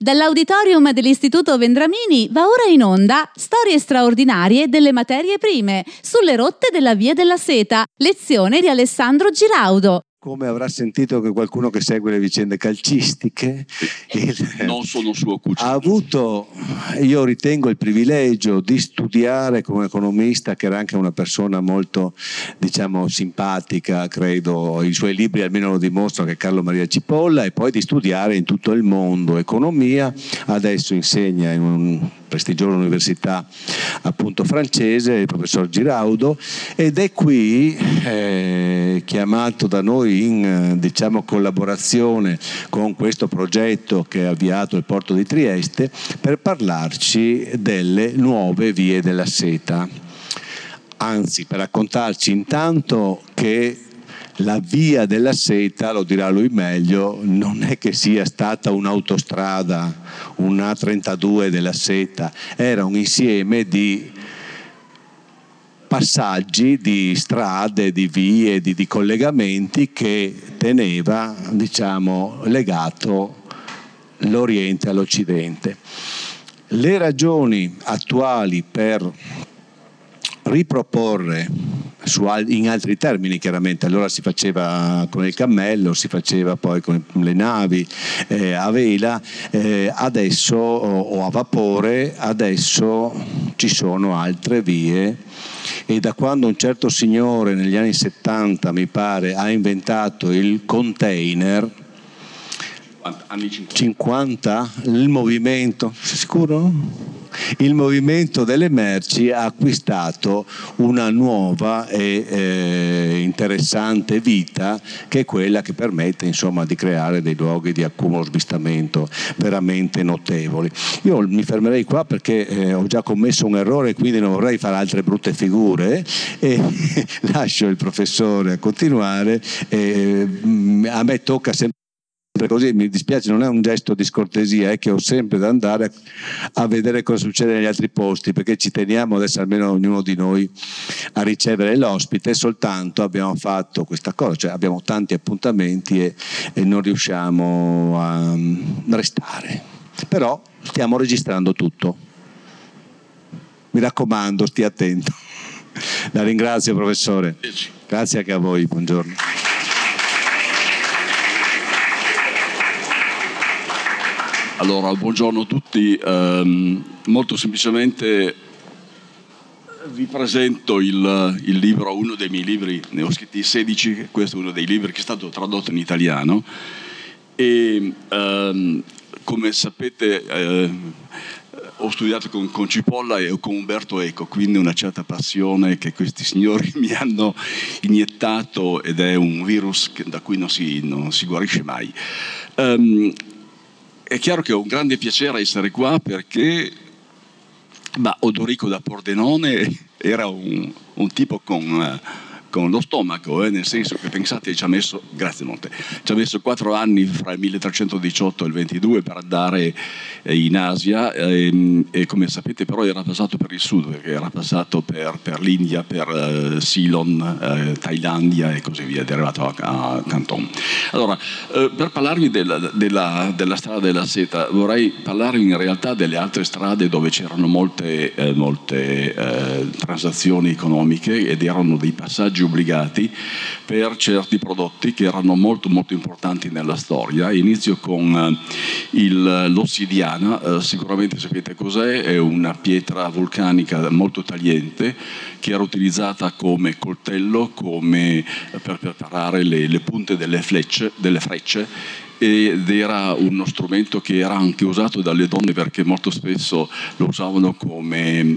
Dall'auditorium dell'Istituto Vendramini va ora in onda Storie straordinarie delle materie prime sulle rotte della Via della Seta, lezione di Alessandro Giraudo. Come avrà sentito che qualcuno che segue le vicende calcistiche non sono suo cugino. Ha avuto, io ritengo, il privilegio di studiare come economista, che era anche una persona molto, diciamo, simpatica, credo, i suoi libri almeno lo dimostrano, che è Carlo Maria Cipolla, e poi di studiare in tutto il mondo economia. Adesso insegna in un prestigiosa università appunto francese, il professor Giraudo, ed è qui chiamato da noi in diciamo collaborazione con questo progetto che ha avviato il Porto di Trieste per parlarci delle nuove vie della seta, anzi per raccontarci intanto che la via della seta, lo dirà lui meglio, non è che sia stata un'autostrada, un A32 della seta, era un insieme di passaggi, di strade, di vie, di collegamenti che teneva, diciamo, legato l'Oriente all'Occidente. Le ragioni attuali per riproporre in altri termini, chiaramente, allora si faceva con il cammello, si faceva poi con le navi a vela, adesso o a vapore, adesso ci sono altre vie, e da quando un certo signore negli anni 70 mi pare ha inventato il container, anni 50, il movimento, sei sicuro? Il movimento delle merci ha acquistato una nuova e interessante vita, che è quella che permette insomma di creare dei luoghi di accumulo smistamento veramente notevoli. Io mi fermerei qua perché ho già commesso un errore, quindi non vorrei fare altre brutte figure e lascio il professore a continuare. A me tocca sempre così, mi dispiace, non è un gesto di scortesia, è che ho sempre da andare a vedere cosa succede negli altri posti, perché ci teniamo adesso almeno ognuno di noi a ricevere l'ospite, soltanto abbiamo fatto questa cosa, cioè abbiamo tanti appuntamenti e non riusciamo a restare, però stiamo registrando tutto, mi raccomando, stia attento. La ringrazio, professore, grazie anche a voi, buongiorno. Allora, buongiorno a tutti, molto semplicemente vi presento il libro, uno dei miei libri, ne ho scritti 16, questo è uno dei libri che è stato tradotto in italiano e come sapete ho studiato con Cipolla e con Umberto Eco, quindi una certa passione che questi signori mi hanno iniettato, ed è un virus da cui non si guarisce mai. È chiaro che è un grande piacere essere qua perché Odorico da Pordenone era un tipo con lo stomaco, nel senso che pensate ci ha messo 4 anni fra il 1318 e il 22 per andare in Asia e come sapete però era passato per il sud, perché era passato per l'India, per Ceylon, Thailandia e così via, ed è arrivato a Canton. Allora, per parlarvi della strada della seta vorrei parlarvi in realtà delle altre strade dove c'erano molte transazioni economiche ed erano dei passaggi obbligati per certi prodotti che erano molto molto importanti nella storia. Inizio con l'ossidiana, sicuramente sapete cos'è, è una pietra vulcanica molto tagliente che era utilizzata come coltello, per preparare le punte delle frecce, ed era uno strumento che era anche usato dalle donne perché molto spesso lo usavano come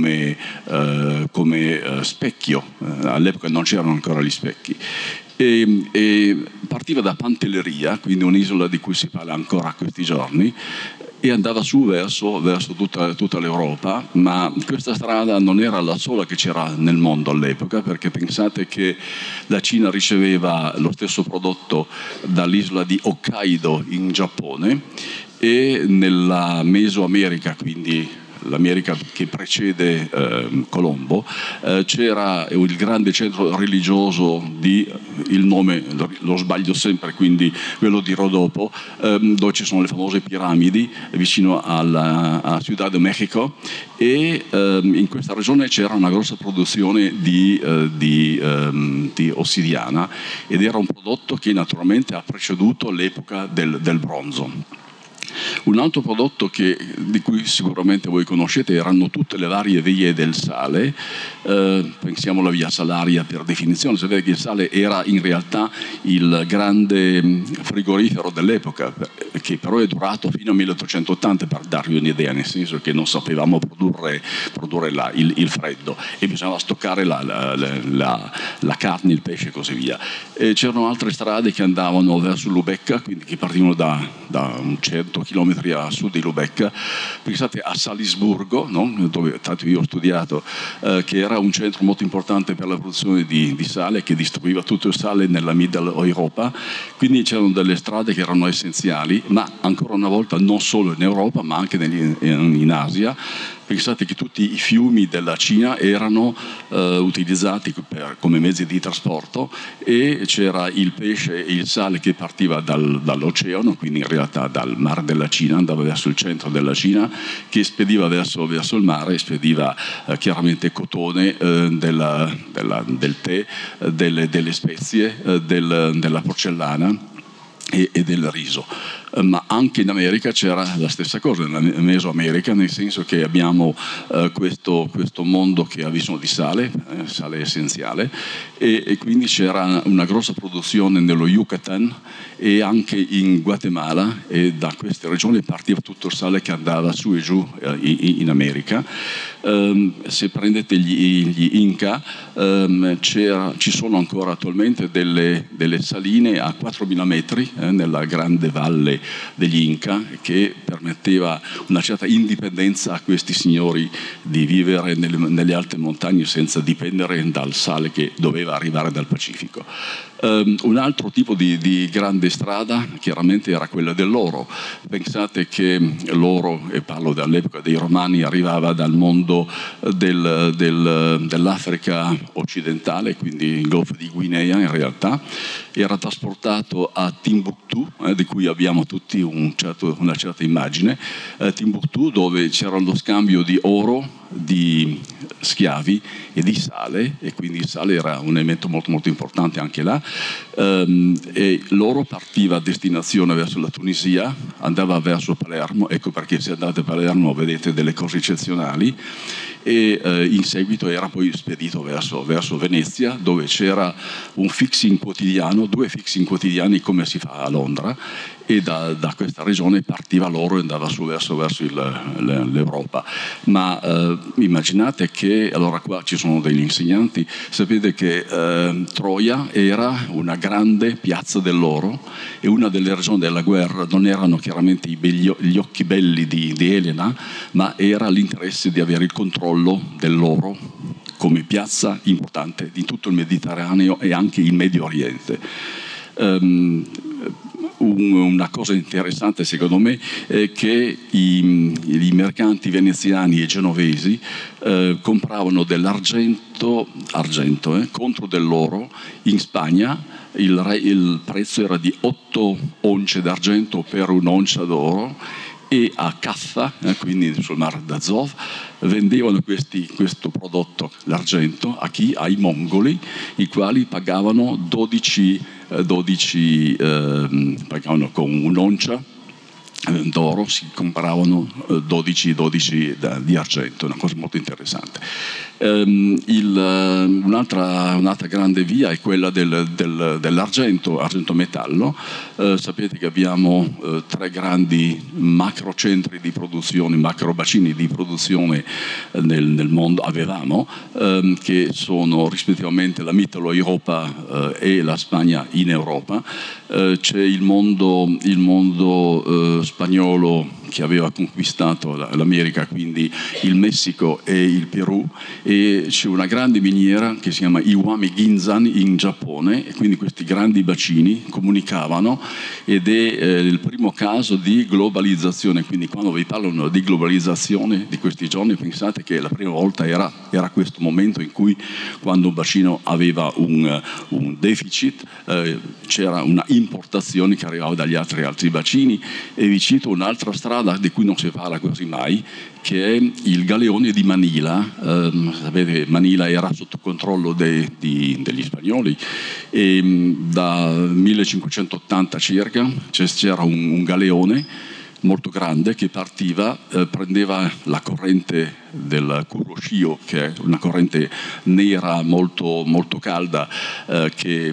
specchio. All'epoca non c'erano ancora gli specchi. E partiva da Pantelleria, quindi un'isola di cui si parla ancora questi giorni, e andava su verso tutta l'Europa, ma questa strada non era la sola che c'era nel mondo all'epoca, perché pensate che la Cina riceveva lo stesso prodotto dall'isola di Hokkaido in Giappone, e nella Mesoamerica, quindi l'America che precede Colombo, c'era il grande centro religioso il nome lo sbaglio sempre, quindi ve lo dirò dopo, dove ci sono le famose piramidi vicino a Ciudad de México, e in questa regione c'era una grossa produzione di ossidiana, ed era un prodotto che naturalmente ha preceduto l'epoca del bronzo. Un altro prodotto di cui sicuramente voi conoscete erano tutte le varie vie del sale, pensiamo alla via Salaria per definizione. Sapete che il sale era in realtà il grande frigorifero dell'epoca, che però è durato fino al 1880, per darvi un'idea, nel senso che non sapevamo produrre il freddo e bisognava stoccare la carne, il pesce e così via. C'erano altre strade che andavano verso Lubecca, quindi che partivano da un 100 chilometri a sud di Lubecca. Pensate a Salisburgo, no? Dove tanto io ho studiato, che era un centro molto importante per la produzione di sale, che distribuiva tutto il sale nella Middle Europa. Quindi c'erano delle strade che erano essenziali, ma ancora una volta non solo in Europa ma anche in Asia. Pensate che tutti i fiumi della Cina erano utilizzati come mezzi di trasporto, e c'era il pesce e il sale che partiva dall'oceano, quindi in realtà dal Mar della Cina, andava verso il centro della Cina, che spediva verso il mare, spediva chiaramente cotone, del tè, delle spezie, della porcellana e del riso. Ma anche in America c'era la stessa cosa, nella Mesoamerica, nel senso che abbiamo questo mondo che ha bisogno di sale essenziale, e quindi c'era una grossa produzione nello Yucatan e anche in Guatemala, e da queste regioni partiva tutto il sale che andava su e giù in America. Se prendete gli Inca, ci sono ancora attualmente delle saline a 4.000 metri nella grande valle degli Inca, che permetteva una certa indipendenza a questi signori di vivere nelle alte montagne senza dipendere dal sale che doveva arrivare dal Pacifico. Un altro tipo di grande strada chiaramente era quella dell'oro. Pensate che l'oro, e parlo dall'epoca dei Romani, arrivava dal mondo dell'Africa occidentale, quindi il Golfo di Guinea in realtà, era trasportato a Timbuktu, di cui abbiamo tutti una certa immagine, Timbuktu, dove c'era lo scambio di oro, di schiavi e di sale, e quindi il sale era un elemento molto molto importante anche là, e l'oro partiva a destinazione verso la Tunisia, andava verso Palermo, ecco perché se andate a Palermo vedete delle cose eccezionali, e in seguito era poi spedito verso Venezia, dove c'era un fixing quotidiano, 2 fixing quotidiani come si fa a Londra, e da questa regione partiva l'oro e andava su verso l'Europa. Ma immaginate che, allora qua ci sono degli insegnanti, sapete che Troia era una grande piazza dell'oro, e una delle ragioni della guerra non erano chiaramente gli occhi belli di Elena, ma era l'interesse di avere il controllo dell'oro come piazza importante di tutto il Mediterraneo e anche il Medio Oriente. Una cosa interessante secondo me è che i mercanti veneziani e genovesi compravano dell'argento contro dell'oro in Spagna. Il prezzo era di 8 once d'argento per un'oncia d'oro, e a Caffa, quindi sul Mar d'Azov, vendevano questo prodotto, l'argento, a chi? Ai mongoli, i quali pagavano 12 pagavano con un'oncia d'oro, si compravano 12 di argento, una cosa molto interessante. Un'altra grande via è quella dell'argento, argento metallo. Sapete che abbiamo 3 grandi macrocentri di produzione, macrobacini di produzione nel mondo, avevamo, che sono rispettivamente la Mittel Europa e la Spagna in Europa. C'è il mondo spagnolo che aveva conquistato l'America, quindi il Messico e il Perù, e c'è una grande miniera che si chiama Iwami Ginzan in Giappone, e quindi questi grandi bacini comunicavano, ed è il primo caso di globalizzazione. Quindi quando vi parlano di globalizzazione di questi giorni, pensate che la prima volta era questo momento in cui, quando un bacino aveva un deficit, c'era una importazione che arrivava dagli altri bacini. E vi cito un'altra strada di cui non si parla quasi mai, che è il galeone di Manila. Sapete, Manila era sotto controllo degli spagnoli, e da 1580 circa c'era un galeone molto grande che partiva, prendeva la corrente del Kuroshio, che è una corrente nera molto, molto calda, che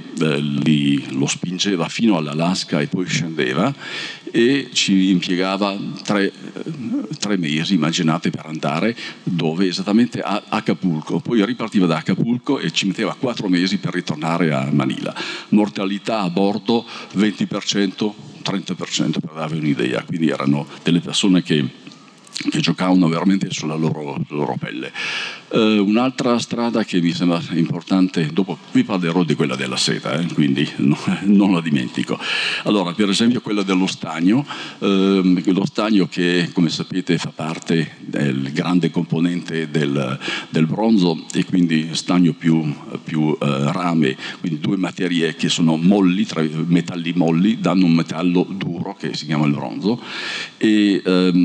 lo spingeva fino all'Alaska e poi scendeva, e ci impiegava tre mesi, immaginate, per andare dove? Esattamente a Acapulco. Poi ripartiva da Acapulco e ci metteva 4 mesi per ritornare a Manila. Mortalità a bordo 20%, 30%, per darvi un'idea. Quindi erano delle persone che giocavano veramente sulla loro pelle. Un'altra strada che mi sembra importante, dopo vi parlerò di quella della seta, quindi non la dimentico. Allora, per esempio quella dello stagno, lo stagno che, come sapete, fa parte del grande componente del bronzo, e quindi stagno più rame, quindi due materie che sono molli, tra metalli molli, danno un metallo duro che si chiama il bronzo. E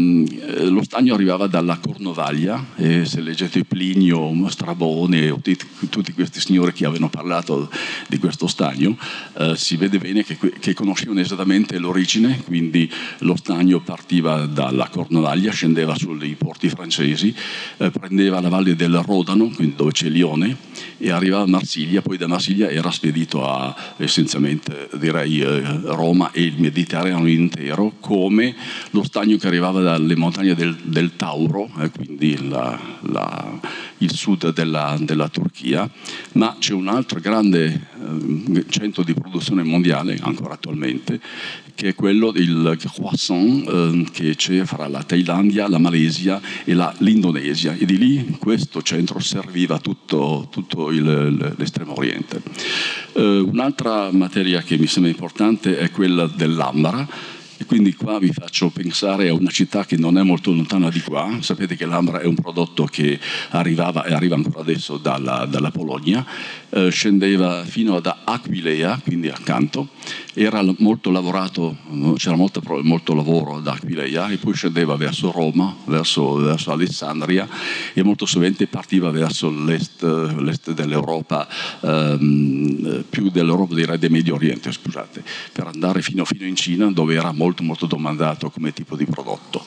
lo stagno arrivava dalla Cornovaglia, e se leggete Plinio, Strabone o tutti questi signori che avevano parlato di questo stagno, si vede bene che conoscevano esattamente l'origine. Quindi lo stagno partiva dalla Cornovaglia, scendeva sui porti francesi, prendeva la valle del Rodano, quindi dove c'è Lione, e arrivava a Marsiglia. Poi da Marsiglia era spedito a, essenzialmente, direi, Roma e il Mediterraneo intero, come lo stagno che arrivava dalle montagne del Tauro, quindi il sud della Turchia. Ma c'è un altro grande centro di produzione mondiale, ancora attualmente, che è quello del croissant, che c'è fra la Thailandia, la Malesia e l'Indonesia, e di lì questo centro serviva tutto l'estremo oriente. Un'altra materia che mi sembra importante è quella dell'ambra. E quindi qua vi faccio pensare a una città che non è molto lontana di qua. Sapete che l'ambra è un prodotto che arrivava e arriva ancora adesso dalla Polonia, scendeva fino ad Aquileia, quindi accanto, era molto lavorato, c'era molto lavoro ad Aquileia, e poi scendeva verso Roma, verso Alessandria, e molto sovente partiva verso l'est dell'Europa, più dell'Europa, direi del Medio Oriente, scusate, per andare fino in Cina, dove era molto domandato come tipo di prodotto.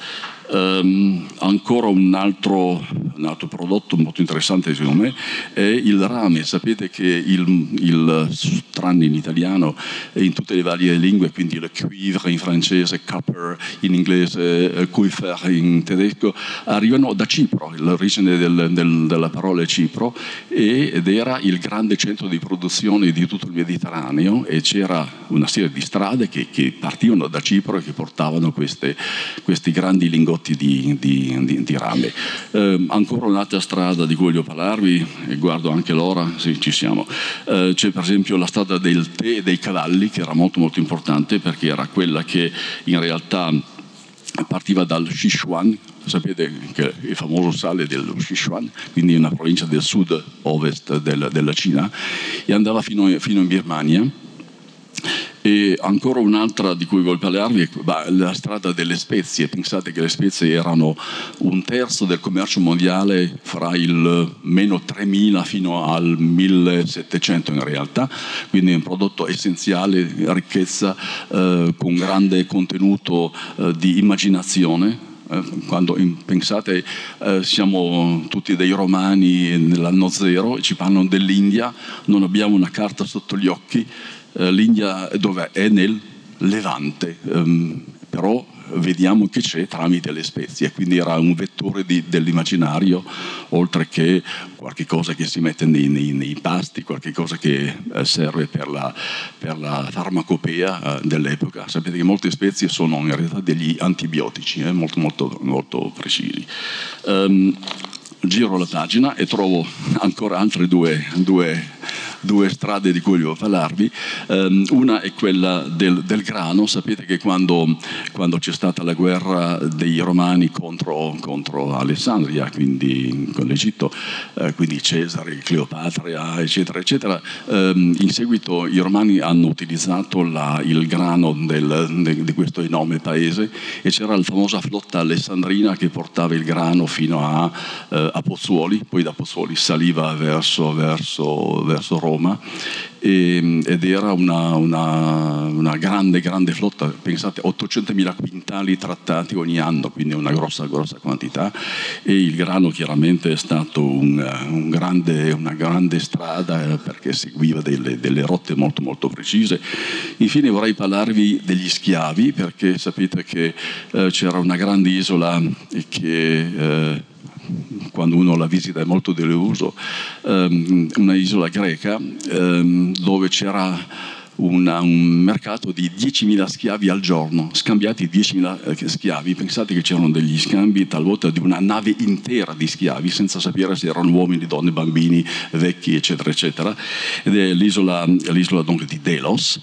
Ancora un altro prodotto molto interessante, secondo me, è il rame. Sapete che il tranne in italiano e in tutte le varie lingue, quindi le cuivre in francese, copper in inglese, Kuifer in tedesco, arrivano da Cipro. L'origine della parola è Cipro, ed era il grande centro di produzione di tutto il Mediterraneo, e c'era una serie di strade che partivano da Cipro e che portavano questi grandi lingotti di rame. Ancora un'altra strada di cui voglio parlarvi, e guardo anche l'ora, sì, ci siamo. C'è per esempio la strada del tè e dei cavalli, che era molto molto importante, perché era quella che in realtà partiva dal Sichuan. Sapete che il famoso sale del Sichuan, quindi una provincia del sud-ovest della Cina, e andava fino in Birmania. E ancora un'altra di cui voglio parlarvi è la strada delle spezie. Pensate che le spezie erano 1/3 del commercio mondiale fra il meno 3000 fino al 1700 in realtà, quindi è un prodotto essenziale, ricchezza, con grande contenuto di immaginazione. Quando pensate, siamo tutti dei romani nell'anno zero e ci parlano dell'India, non abbiamo una carta sotto gli occhi. L'India dov'è? È nel Levante, però vediamo che c'è tramite le spezie, quindi era un vettore dell'immaginario, oltre che qualche cosa che si mette nei pasti, qualche cosa che serve per la farmacopea dell'epoca. Sapete che molte spezie sono in realtà degli antibiotici, molto, molto, molto precisi. Giro la pagina e trovo ancora altre due strade di cui voglio parlarvi. Una è quella del grano. Sapete che quando c'è stata la guerra dei Romani contro Alessandria, quindi con l'Egitto, quindi Cesare, Cleopatra, eccetera, eccetera, in seguito i Romani hanno utilizzato il grano di questo enorme paese e c'era la famosa flotta alessandrina che portava il grano fino a Pozzuoli, poi da Pozzuoli saliva verso Roma ed era una grande flotta, pensate 800.000 quintali trattati ogni anno, quindi una grossa quantità, e il grano chiaramente è stato una grande strada perché seguiva delle rotte molto molto precise. Infine vorrei parlarvi degli schiavi, perché sapete che c'era una grande isola che quando uno la visita è molto deluso, una isola greca dove c'era un mercato di 10.000 schiavi al giorno, scambiati 10.000 schiavi. Pensate che c'erano degli scambi talvolta di una nave intera di schiavi, senza sapere se erano uomini, donne, bambini, vecchi, eccetera, eccetera. Ed è l'isola dunque di Delos,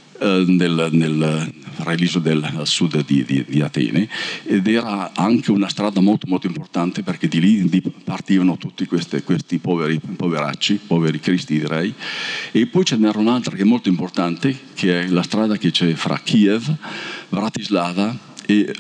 nell'isola del sud di Atene, ed era anche una strada molto molto importante perché di lì partivano tutti questi poveracci, poveri cristi direi. E poi ce n'era un'altra che è molto importante, che è la strada che c'è fra Kiev, Bratislava e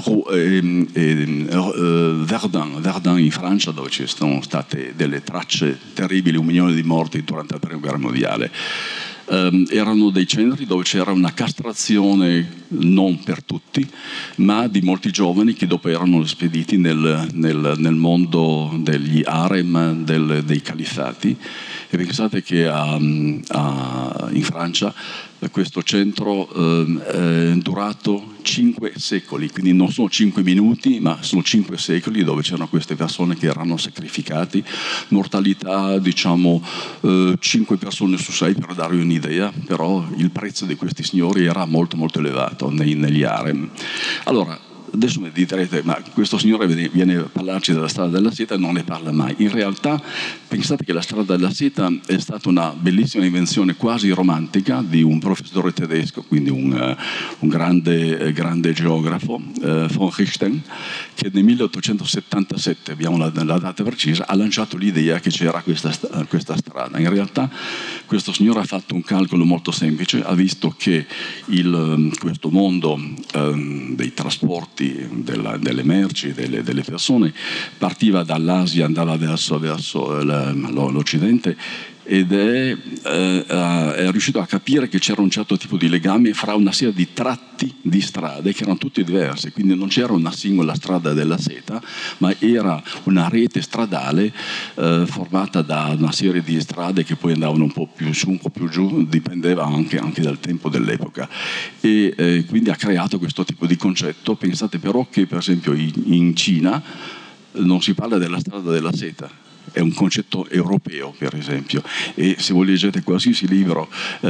Verdun in Francia, dove ci sono state delle tracce terribili, 1 milione di morti durante la prima guerra mondiale. Erano dei centri dove c'era una castrazione non per tutti, ma di molti giovani che dopo erano spediti nel mondo degli harem, dei califati. E pensate che in Francia questo centro è durato 5 secoli, quindi non sono 5 minuti, ma sono 5 secoli dove c'erano queste persone che erano sacrificate, mortalità 5 persone su 6 per darvi un'idea, però il prezzo di questi signori era molto molto elevato negli harem. Allora, adesso mi direte, ma questo signore viene a parlarci della strada della seta e non ne parla mai. In realtà pensate che la strada della seta è stata una bellissima invenzione quasi romantica di un professore tedesco, quindi un grande geografo, von Richten, che nel 1877, abbiamo la data precisa, ha lanciato l'idea che c'era questa strada. In realtà questo signore ha fatto un calcolo molto semplice, ha visto che questo mondo dei trasporti, delle merci, delle persone, partiva dall'Asia, andava verso l'Occidente, ed è riuscito a capire che c'era un certo tipo di legame fra una serie di tratti di strade che erano tutte diverse, quindi non c'era una singola strada della seta, ma era una rete stradale formata da una serie di strade che poi andavano un po' più su, un po' più giù, dipendeva anche dal tempo dell'epoca, e quindi ha creato questo tipo di concetto. Pensate però che per esempio in Cina non si parla della strada della seta, è un concetto europeo per esempio, e se voi leggete qualsiasi libro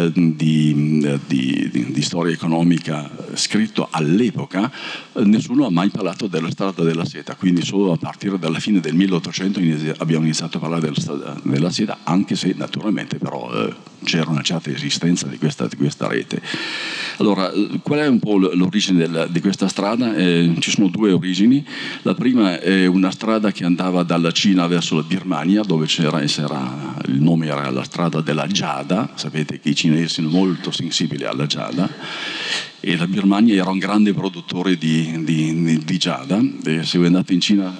di storia economica scritto all'epoca, nessuno ha mai parlato della strada della seta, quindi solo a partire dalla fine del 1800 abbiamo iniziato a parlare della strada della seta, anche se naturalmente però c'era una certa esistenza di questa rete. Allora, qual è un po' l'origine di questa strada? Ci sono 2 origini. La prima è una strada che andava dalla Cina verso la Birmania, dove il nome era la strada della giada. Sapete che i cinesi sono molto sensibili alla giada, e la Birmania era un grande produttore di giada. E se voi andate in Cina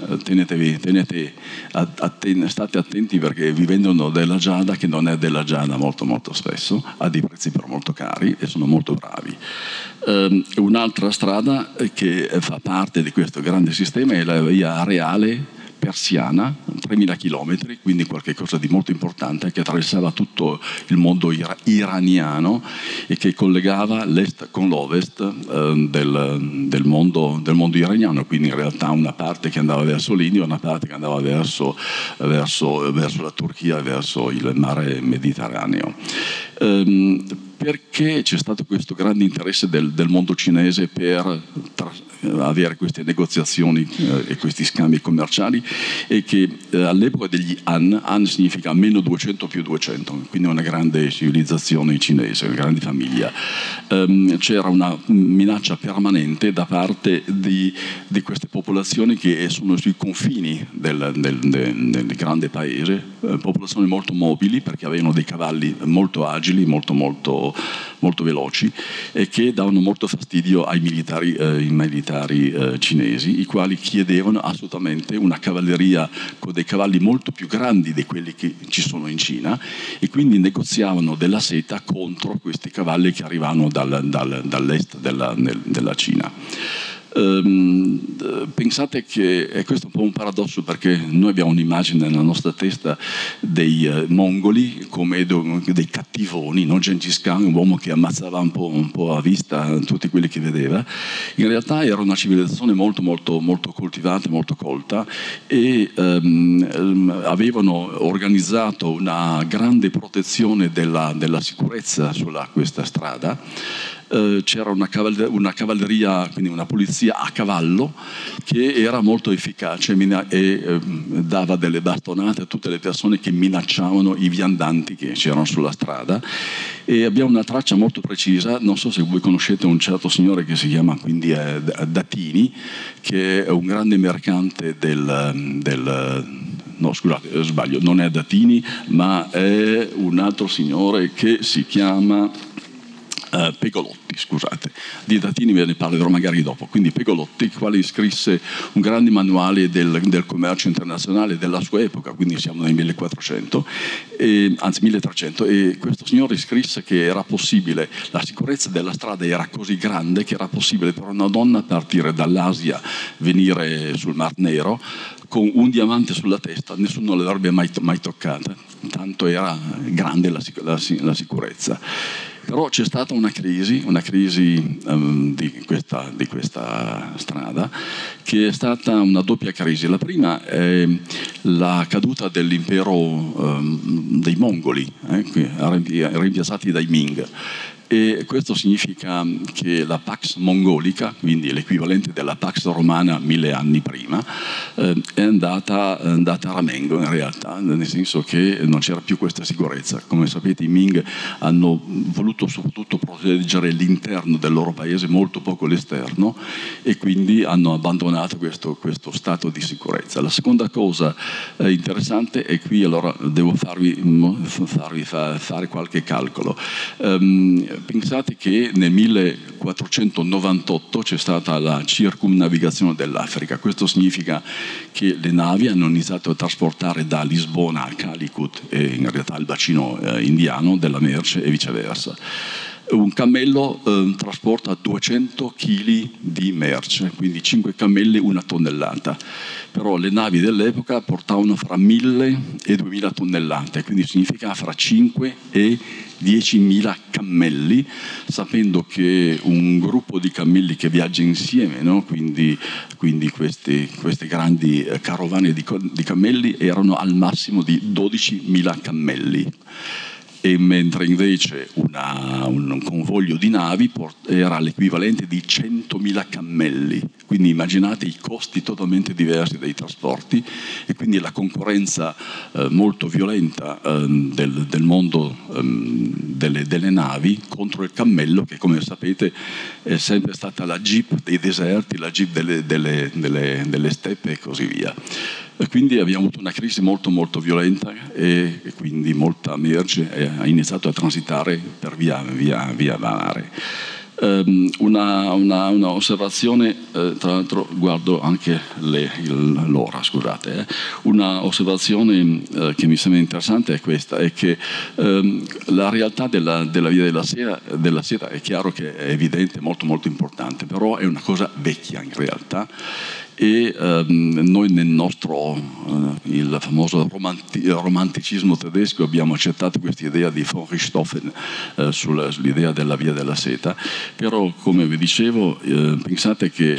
state attenti, perché vi vendono della giada che non è della giada molto molto spesso, a dei prezzi però molto cari, e sono molto bravi. Un'altra strada che fa parte di questo grande sistema è la via reale persiana, 3.000 chilometri, quindi qualcosa di molto importante, che attraversava tutto il mondo iraniano e che collegava l'est con l'ovest del mondo iraniano, quindi in realtà una parte che andava verso l'India, una parte che andava verso la Turchia, verso il mare Mediterraneo. Perché c'è stato questo grande interesse del mondo cinese per avere queste negoziazioni e questi scambi commerciali, e che all'epoca degli Han significa meno 200 più 200, quindi una grande civilizzazione cinese, una grande famiglia. C'era una minaccia permanente da parte di queste popolazioni che sono sui confini del grande paese, popolazioni molto mobili perché avevano dei cavalli molto agili, molto veloci, e che davano molto fastidio ai militari cinesi, i quali chiedevano assolutamente una cavalleria con dei cavalli molto più grandi di quelli che ci sono in Cina, e quindi negoziavano della seta contro questi cavalli che arrivavano dall'est della Cina. Pensate che, e questo è un po' un paradosso, perché noi abbiamo un'immagine nella nostra testa dei mongoli come dei cattivoni, no? Gengis Khan, un uomo che ammazzava un po' a vista tutti quelli che vedeva. In realtà era una civilizzazione molto coltivata, molto colta, e avevano organizzato una grande protezione della sicurezza su questa strada. C'era una cavalleria, quindi una polizia a cavallo, che era molto efficace e dava delle bastonate a tutte le persone che minacciavano i viandanti che c'erano sulla strada. E abbiamo una traccia molto precisa, non so se voi conoscete un certo signore che si chiama quindi Datini, che è un grande mercante no, scusate, sbaglio, non è Datini, ma è un altro signore che si chiama Pegolotti, scusate. Di Datini ve ne parlerò magari dopo. Quindi Pegolotti, il quale scrisse un grande manuale del commercio internazionale della sua epoca, quindi siamo nel 1400, anzi 1300, e questo signore scrisse che era possibile, la sicurezza della strada era così grande che era possibile per una donna partire dall'Asia, venire sul Mar Nero con un diamante sulla testa, nessuno l'avrebbe mai toccata, tanto era grande la sicurezza. Però c'è stata una crisi di questa strada, che è stata una doppia crisi. La prima è la caduta dell'impero dei Mongoli, rimpiazzati dai Ming. E questo significa che la Pax Mongolica, quindi l'equivalente della Pax Romana 1000 anni prima, è andata a ramengo in realtà, nel senso che non c'era più questa sicurezza. Come sapete, i Ming hanno voluto soprattutto proteggere l'interno del loro paese, molto poco l'esterno, e quindi hanno abbandonato questo stato di sicurezza. La seconda cosa interessante, e qui allora devo farvi fare qualche calcolo. Pensate che nel 1498 c'è stata la circumnavigazione dell'Africa. Questo significa che le navi hanno iniziato a trasportare da Lisbona a Calicut, e in realtà il bacino indiano, della merce e viceversa. Un cammello trasporta 200 kg di merce, quindi 5 cammelli, 1 tonnellata. Però le navi dell'epoca portavano fra 1000 e 2000 tonnellate, quindi significa fra 5 e 10.000 cammelli, sapendo che un gruppo di cammelli che viaggia insieme, no? quindi queste grandi carovane di cammelli erano al massimo di 12.000 cammelli. E mentre invece un convoglio di navi era l'equivalente di 100.000 cammelli. Quindi immaginate i costi totalmente diversi dei trasporti, e quindi la concorrenza molto violenta del mondo delle navi contro il cammello, che come sapete è sempre stata la jeep dei deserti, la jeep delle steppe e così via. E quindi abbiamo avuto una crisi molto violenta, e quindi molta merce ha iniziato a transitare per via mare. Una osservazione, tra l'altro guardo anche l'ora, scusate. Una osservazione che mi sembra interessante è questa, è che la realtà della via della seta è chiaro che è evidente, molto importante, però è una cosa vecchia in realtà, e noi nel nostro il famoso romanticismo tedesco abbiamo accettato questa idea di von Richthofen sull'idea della via della seta, però come vi dicevo pensate che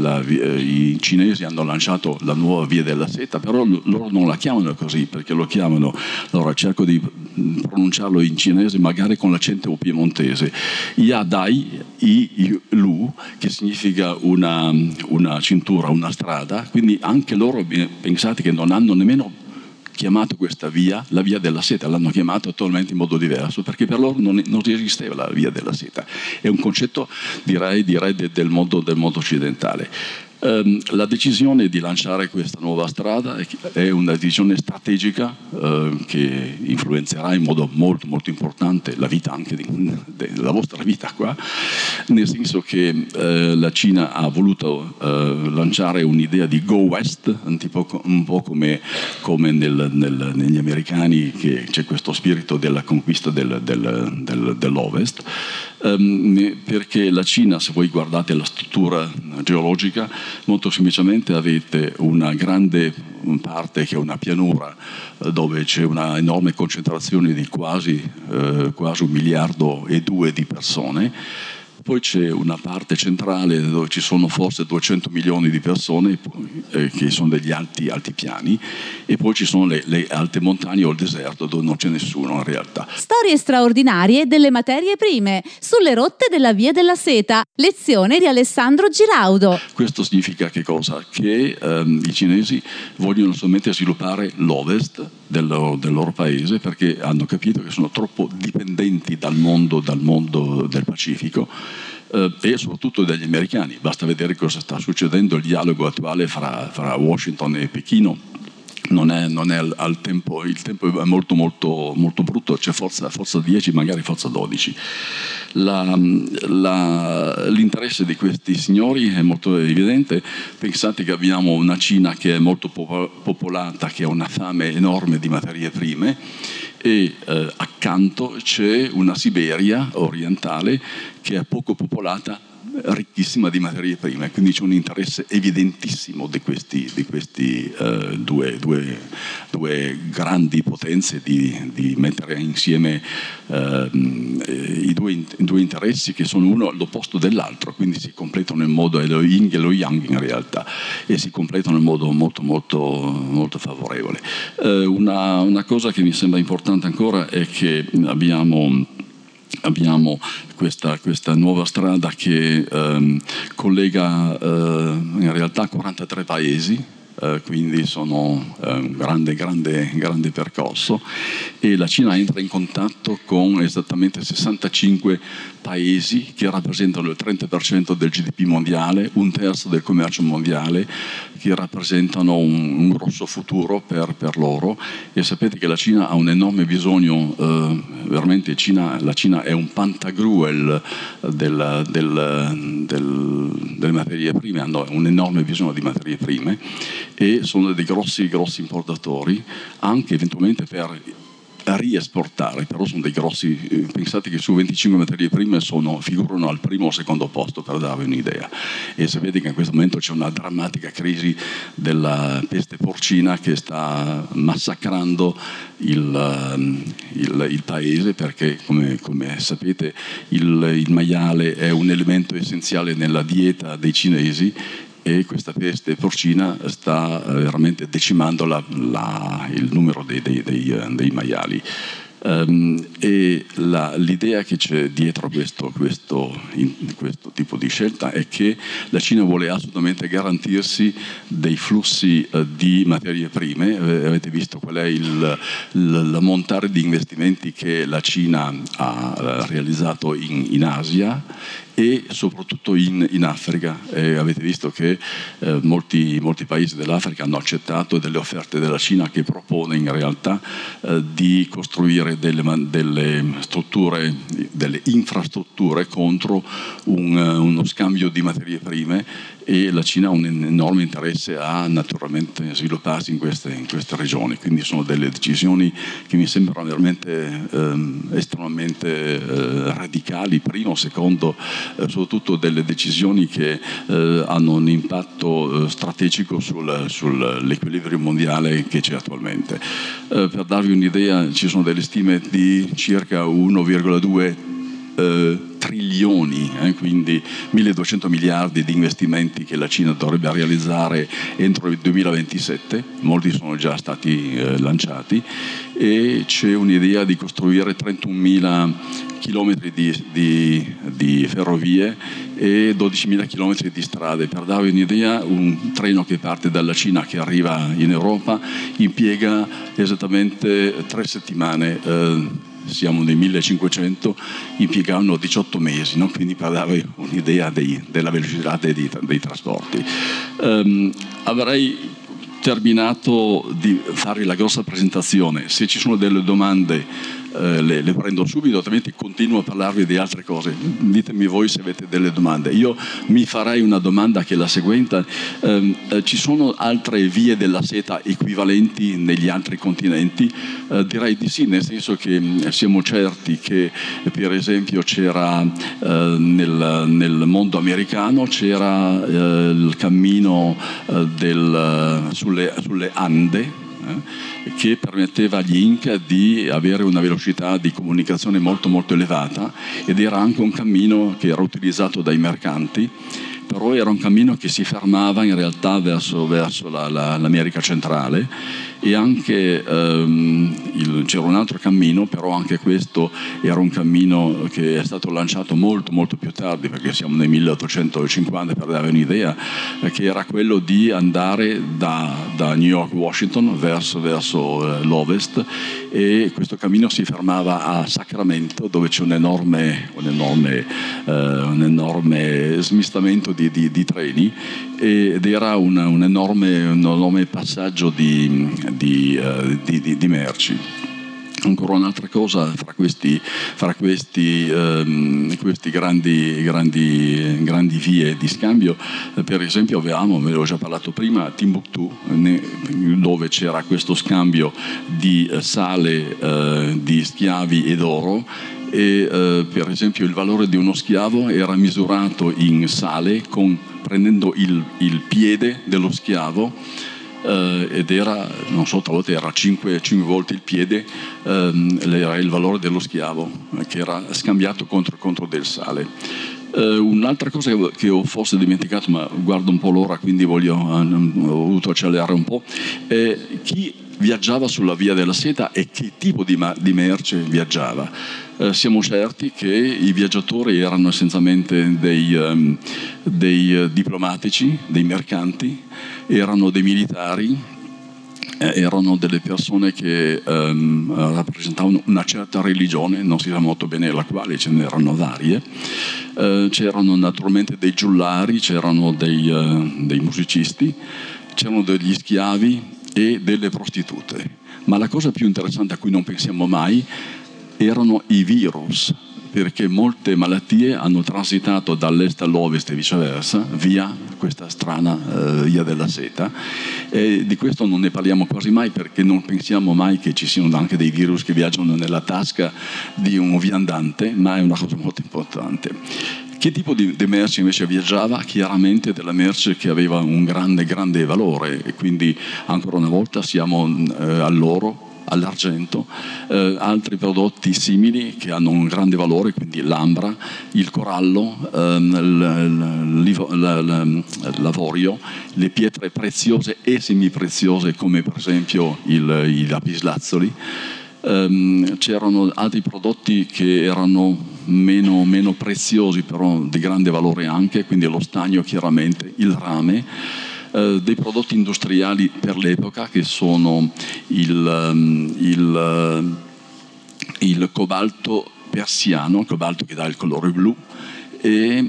i cinesi hanno lanciato la nuova via della seta, però loro non la chiamano così, perché lo chiamano, allora cerco di pronunciarlo in cinese magari con l'accento piemontese, Ya Dai I Lu, che significa una cintura, una strada, quindi anche loro pensate che non hanno nemmeno chiamato questa via la via della seta, l'hanno chiamata totalmente in modo diverso, perché per loro non esisteva la via della seta, è un concetto direi del mondo occidentale. La decisione di lanciare questa nuova strada è una decisione strategica che influenzerà in modo molto molto importante la vita anche della vostra vita qua, nel senso che la Cina ha voluto lanciare un'idea di Go West, un po' come negli americani, che c'è questo spirito della conquista dell'Ovest, perché la Cina, se voi guardate la struttura geologica, molto semplicemente avete una grande parte che è una pianura dove c'è una enorme concentrazione di quasi 1,2 miliardi di persone. Poi c'è una parte centrale dove ci sono forse 200 milioni di persone che sono degli alti piani, e poi ci sono le alte montagne o il deserto dove non c'è nessuno in realtà. Storie straordinarie delle materie prime sulle rotte della via della seta. Lezione di Alessandro Giraudo. Questo significa che cosa? Che i cinesi vogliono solamente sviluppare l'ovest del loro paese, perché hanno capito che sono troppo dipendenti dal mondo del Pacifico e soprattutto dagli americani. Basta vedere cosa sta succedendo, il dialogo attuale fra Washington e Pechino non è al tempo, il tempo è molto molto molto brutto, c'è forza 10, magari forza 12. L'interesse di questi signori è molto evidente. Pensate che abbiamo una Cina che è molto popolata, che ha una fame enorme di materie prime, e accanto c'è una Siberia orientale che è poco popolata, ricchissima di materie prime, quindi c'è un interesse evidentissimo di questi due grandi potenze di mettere insieme i due interessi, che sono uno l'opposto dell'altro, quindi si completano in modo, è lo yin e lo yang in realtà, e si completano in modo molto molto molto favorevole. Una cosa che mi sembra importante ancora è che abbiamo questa nuova strada che collega in realtà 43 paesi, quindi sono un grande percorso, e la Cina entra in contatto con esattamente 65 paesi che rappresentano il 30% del GDP mondiale, 1/3 del commercio mondiale, che rappresentano un grosso futuro per loro. E sapete che la Cina ha un enorme bisogno, veramente la Cina è un pantagruel delle materie prime, hanno un enorme bisogno di materie prime e sono dei grossi importatori, anche eventualmente per riesportare, però sono dei grossi, pensate che su 25 materie prime figurano al primo o secondo posto, per darvi un'idea. E sapete che in questo momento c'è una drammatica crisi della peste porcina che sta massacrando il paese, perché come sapete il maiale è un elemento essenziale nella dieta dei cinesi, e questa peste porcina sta veramente decimando il numero dei maiali. E l'idea che c'è dietro questo tipo di scelta è che la Cina vuole assolutamente garantirsi dei flussi di materie prime. Avete visto qual è l'ammontare di investimenti che la Cina ha realizzato in Asia e soprattutto in Africa. Avete visto che molti paesi dell'Africa hanno accettato delle offerte della Cina, che propone in realtà di costruire delle strutture, delle infrastrutture contro uno scambio di materie prime, e la Cina ha un enorme interesse a naturalmente svilupparsi in queste regioni, quindi sono delle decisioni che mi sembrano veramente estremamente radicali, primo, secondo, soprattutto delle decisioni che hanno un impatto strategico sull'equilibrio mondiale che c'è attualmente. Per darvi un'idea, ci sono delle stime di circa 1,2 trilioni, quindi 1200 miliardi di investimenti che la Cina dovrebbe realizzare entro il 2027, molti sono già stati lanciati, e c'è un'idea di costruire 31.000 chilometri di ferrovie e 12.000 chilometri di strade. Per darvi un'idea, un treno che parte dalla Cina, che arriva in Europa, impiega esattamente 3 settimane. Siamo nel 1500, impiegavano 18 mesi, no? Quindi per dare un'idea della velocità dei trasporti. Avrei terminato di fare la grossa presentazione. Se ci sono delle domande le prendo subito, altrimenti continuo a parlarvi di altre cose. Ditemi voi se avete delle domande. Io mi farei una domanda che è la seguente: ci sono altre vie della seta equivalenti negli altri continenti? Direi di sì, nel senso che siamo certi che per esempio c'era nel mondo americano c'era il cammino sulle Ande, che permetteva agli Inca di avere una velocità di comunicazione molto molto elevata, ed era anche un cammino che era utilizzato dai mercanti, però era un cammino che si fermava in realtà verso l'America centrale, e anche c'era un altro cammino, però anche questo era un cammino che è stato lanciato molto molto più tardi, perché siamo nel 1850, per dare un'idea, che era quello di andare da New York, Washington verso l'ovest, e questo cammino si fermava a Sacramento, dove c'è un enorme smistamento di treni, ed era un enorme passaggio di merci. Ancora un'altra cosa, fra questi grandi vie di scambio, per esempio avevamo, ve l'ho già parlato prima, Timbuktu, dove c'era questo scambio di sale, di schiavi ed oro, e per esempio il valore di uno schiavo era misurato in sale prendendo il piede dello schiavo, ed era, non so, talvolta era 5 volte il piede, era il valore dello schiavo, che era scambiato contro del sale. Un'altra cosa che ho forse dimenticato, ma guardo un po' l'ora, quindi ho voluto accelerare un po', è chi viaggiava sulla via della seta e che tipo di merce viaggiava. Siamo certi che i viaggiatori erano essenzialmente dei diplomatici, dei mercanti, erano dei militari, erano delle persone che rappresentavano una certa religione, non si sa molto bene la quale, ce n'erano varie. C'erano naturalmente dei giullari, c'erano dei musicisti, c'erano degli schiavi e delle prostitute. Ma la cosa più interessante, a cui non pensiamo mai, erano i virus, perché molte malattie hanno transitato dall'est all'ovest e viceversa via questa strana via della seta, e di questo non ne parliamo quasi mai, perché non pensiamo mai che ci siano anche dei virus che viaggiano nella tasca di un viandante, ma è una cosa molto importante. Che tipo di merce invece viaggiava? Chiaramente della merce che aveva un grande valore, e quindi ancora una volta siamo all'oro, all'argento, altri prodotti simili che hanno un grande valore, quindi l'ambra, il corallo, l'avorio, le pietre preziose e semipreziose come per esempio i lapislazzuli. C'erano altri prodotti che erano meno preziosi, però di grande valore anche, quindi lo stagno, chiaramente il rame, dei prodotti industriali per l'epoca che sono il cobalto persiano, il cobalto che dà il colore blu, e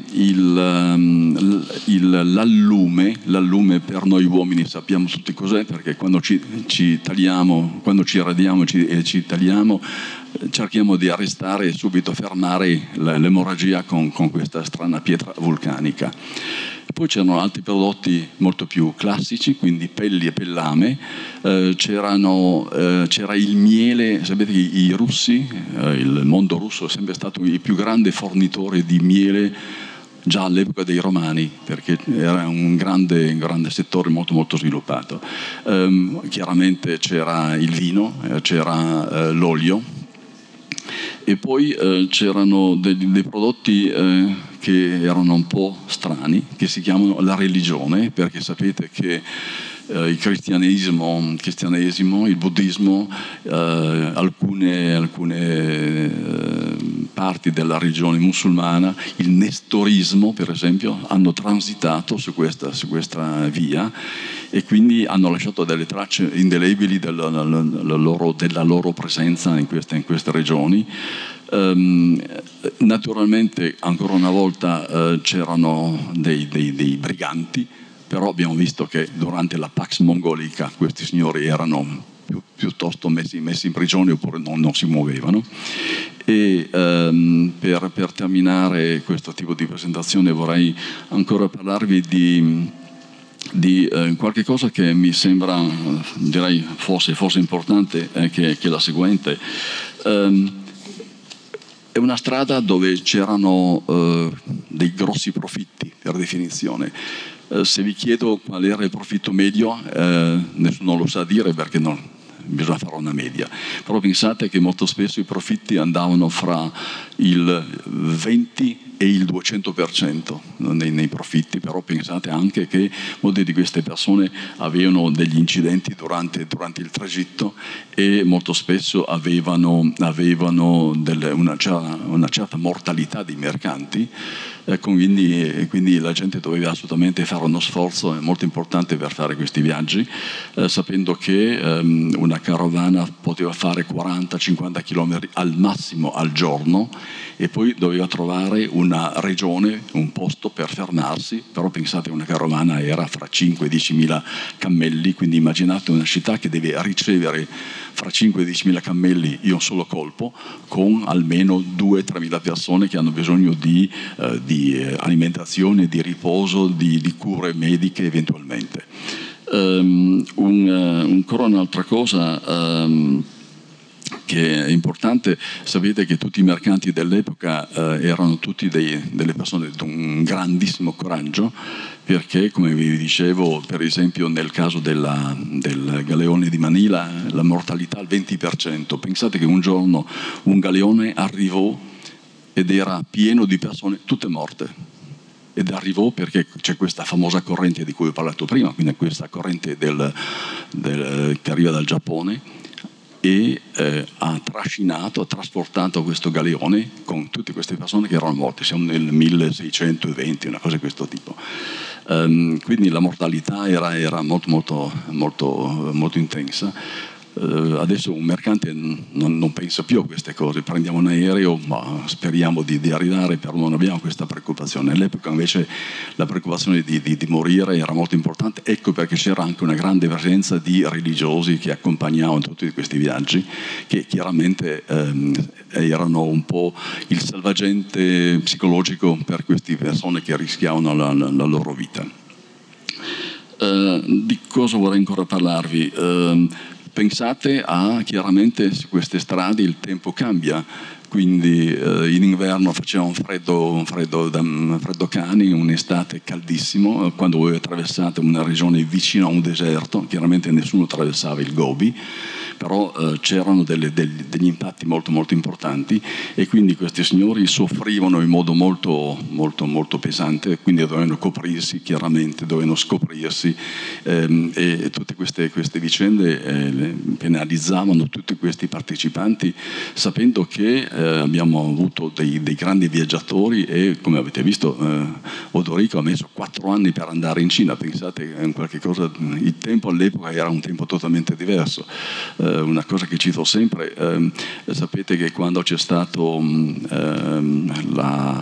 l'allume per noi uomini sappiamo tutti cos'è, perché quando ci tagliamo, quando ci radiamo e ci tagliamo, cerchiamo di arrestare e subito fermare l'emorragia con questa strana pietra vulcanica. Poi c'erano altri prodotti molto più classici, quindi pelli e pellame, c'era il miele. Sapete che i russi, il mondo russo è sempre stato il più grande fornitore di miele già all'epoca dei Romani, perché era un grande settore molto molto sviluppato. Chiaramente c'era il vino, c'era l'olio, e poi c'erano dei prodotti che erano un po' strani, che si chiamano la religione, perché sapete che il cristianesimo, il buddismo, alcune parti della religione musulmana, il nestorismo per esempio, hanno transitato su questa via, e quindi hanno lasciato delle tracce indelebili della loro presenza in queste regioni. Naturalmente ancora una volta c'erano dei briganti, però abbiamo visto che durante la Pax Mongolica questi signori erano piuttosto messi in prigione, oppure non si muovevano. E per terminare questo tipo di presentazione vorrei ancora parlarvi di qualche cosa che mi sembra, direi forse importante, che è la seguente. È una strada dove c'erano dei grossi profitti, per definizione. Se vi chiedo qual era il profitto medio, nessuno lo sa dire, perché bisogna fare una media. Però pensate che molto spesso i profitti andavano fra il 20 e il 200% nei profitti, però pensate anche che molte di queste persone avevano degli incidenti durante il tragitto, e molto spesso avevano una certa mortalità di mercanti, quindi la gente doveva assolutamente fare uno sforzo molto importante per fare questi viaggi, sapendo che una carovana poteva fare 40-50 km al massimo al giorno, e poi doveva trovare una regione, un posto per fermarsi. Però pensate, una carovana era fra 5 e 10.000 cammelli, quindi immaginate una città che deve ricevere fra 5 e 10.000 cammelli in un solo colpo, con almeno 2-3.000 persone che hanno bisogno di alimentazione, di riposo, di cure mediche eventualmente. Ancora un'altra cosa che è importante: sapete che tutti i mercanti dell'epoca erano tutti delle persone di un grandissimo coraggio, perché, come vi dicevo, per esempio nel caso del galeone di Manila, la mortalità al 20%. Pensate che un giorno un galeone arrivò ed era pieno di persone tutte morte, ed arrivò perché c'è questa famosa corrente di cui ho parlato prima, quindi questa corrente che arriva dal Giappone, e ha trasportato questo galeone con tutte queste persone che erano morte. Siamo nel 1620, una cosa di questo tipo. Quindi la mortalità era molto, molto, molto, molto intensa. Adesso un mercante non pensa più a queste cose: prendiamo un aereo, ma speriamo di arrivare, però non abbiamo questa preoccupazione. All'epoca invece la preoccupazione di morire era molto importante, ecco perché c'era anche una grande presenza di religiosi che accompagnavano tutti questi viaggi, che chiaramente erano un po' il salvagente psicologico per queste persone che rischiavano la loro vita. Di cosa vorrei ancora parlarvi? Pensate chiaramente su queste strade il tempo cambia, quindi in inverno faceva un freddo cani, un'estate caldissimo. Quando voi attraversate una regione vicino a un deserto, chiaramente nessuno attraversava il Gobi, però c'erano degli impatti molto molto importanti, e quindi questi signori soffrivano in modo molto molto molto pesante, quindi dovevano coprirsi, chiaramente dovevano scoprirsi, e tutte queste vicende penalizzavano tutti questi partecipanti, sapendo che abbiamo avuto dei grandi viaggiatori, e come avete visto Odorico ha messo 4 anni per andare in Cina. Pensate, qualche cosa, il tempo all'epoca era un tempo totalmente diverso. Una cosa che cito sempre, sapete che quando c'è stato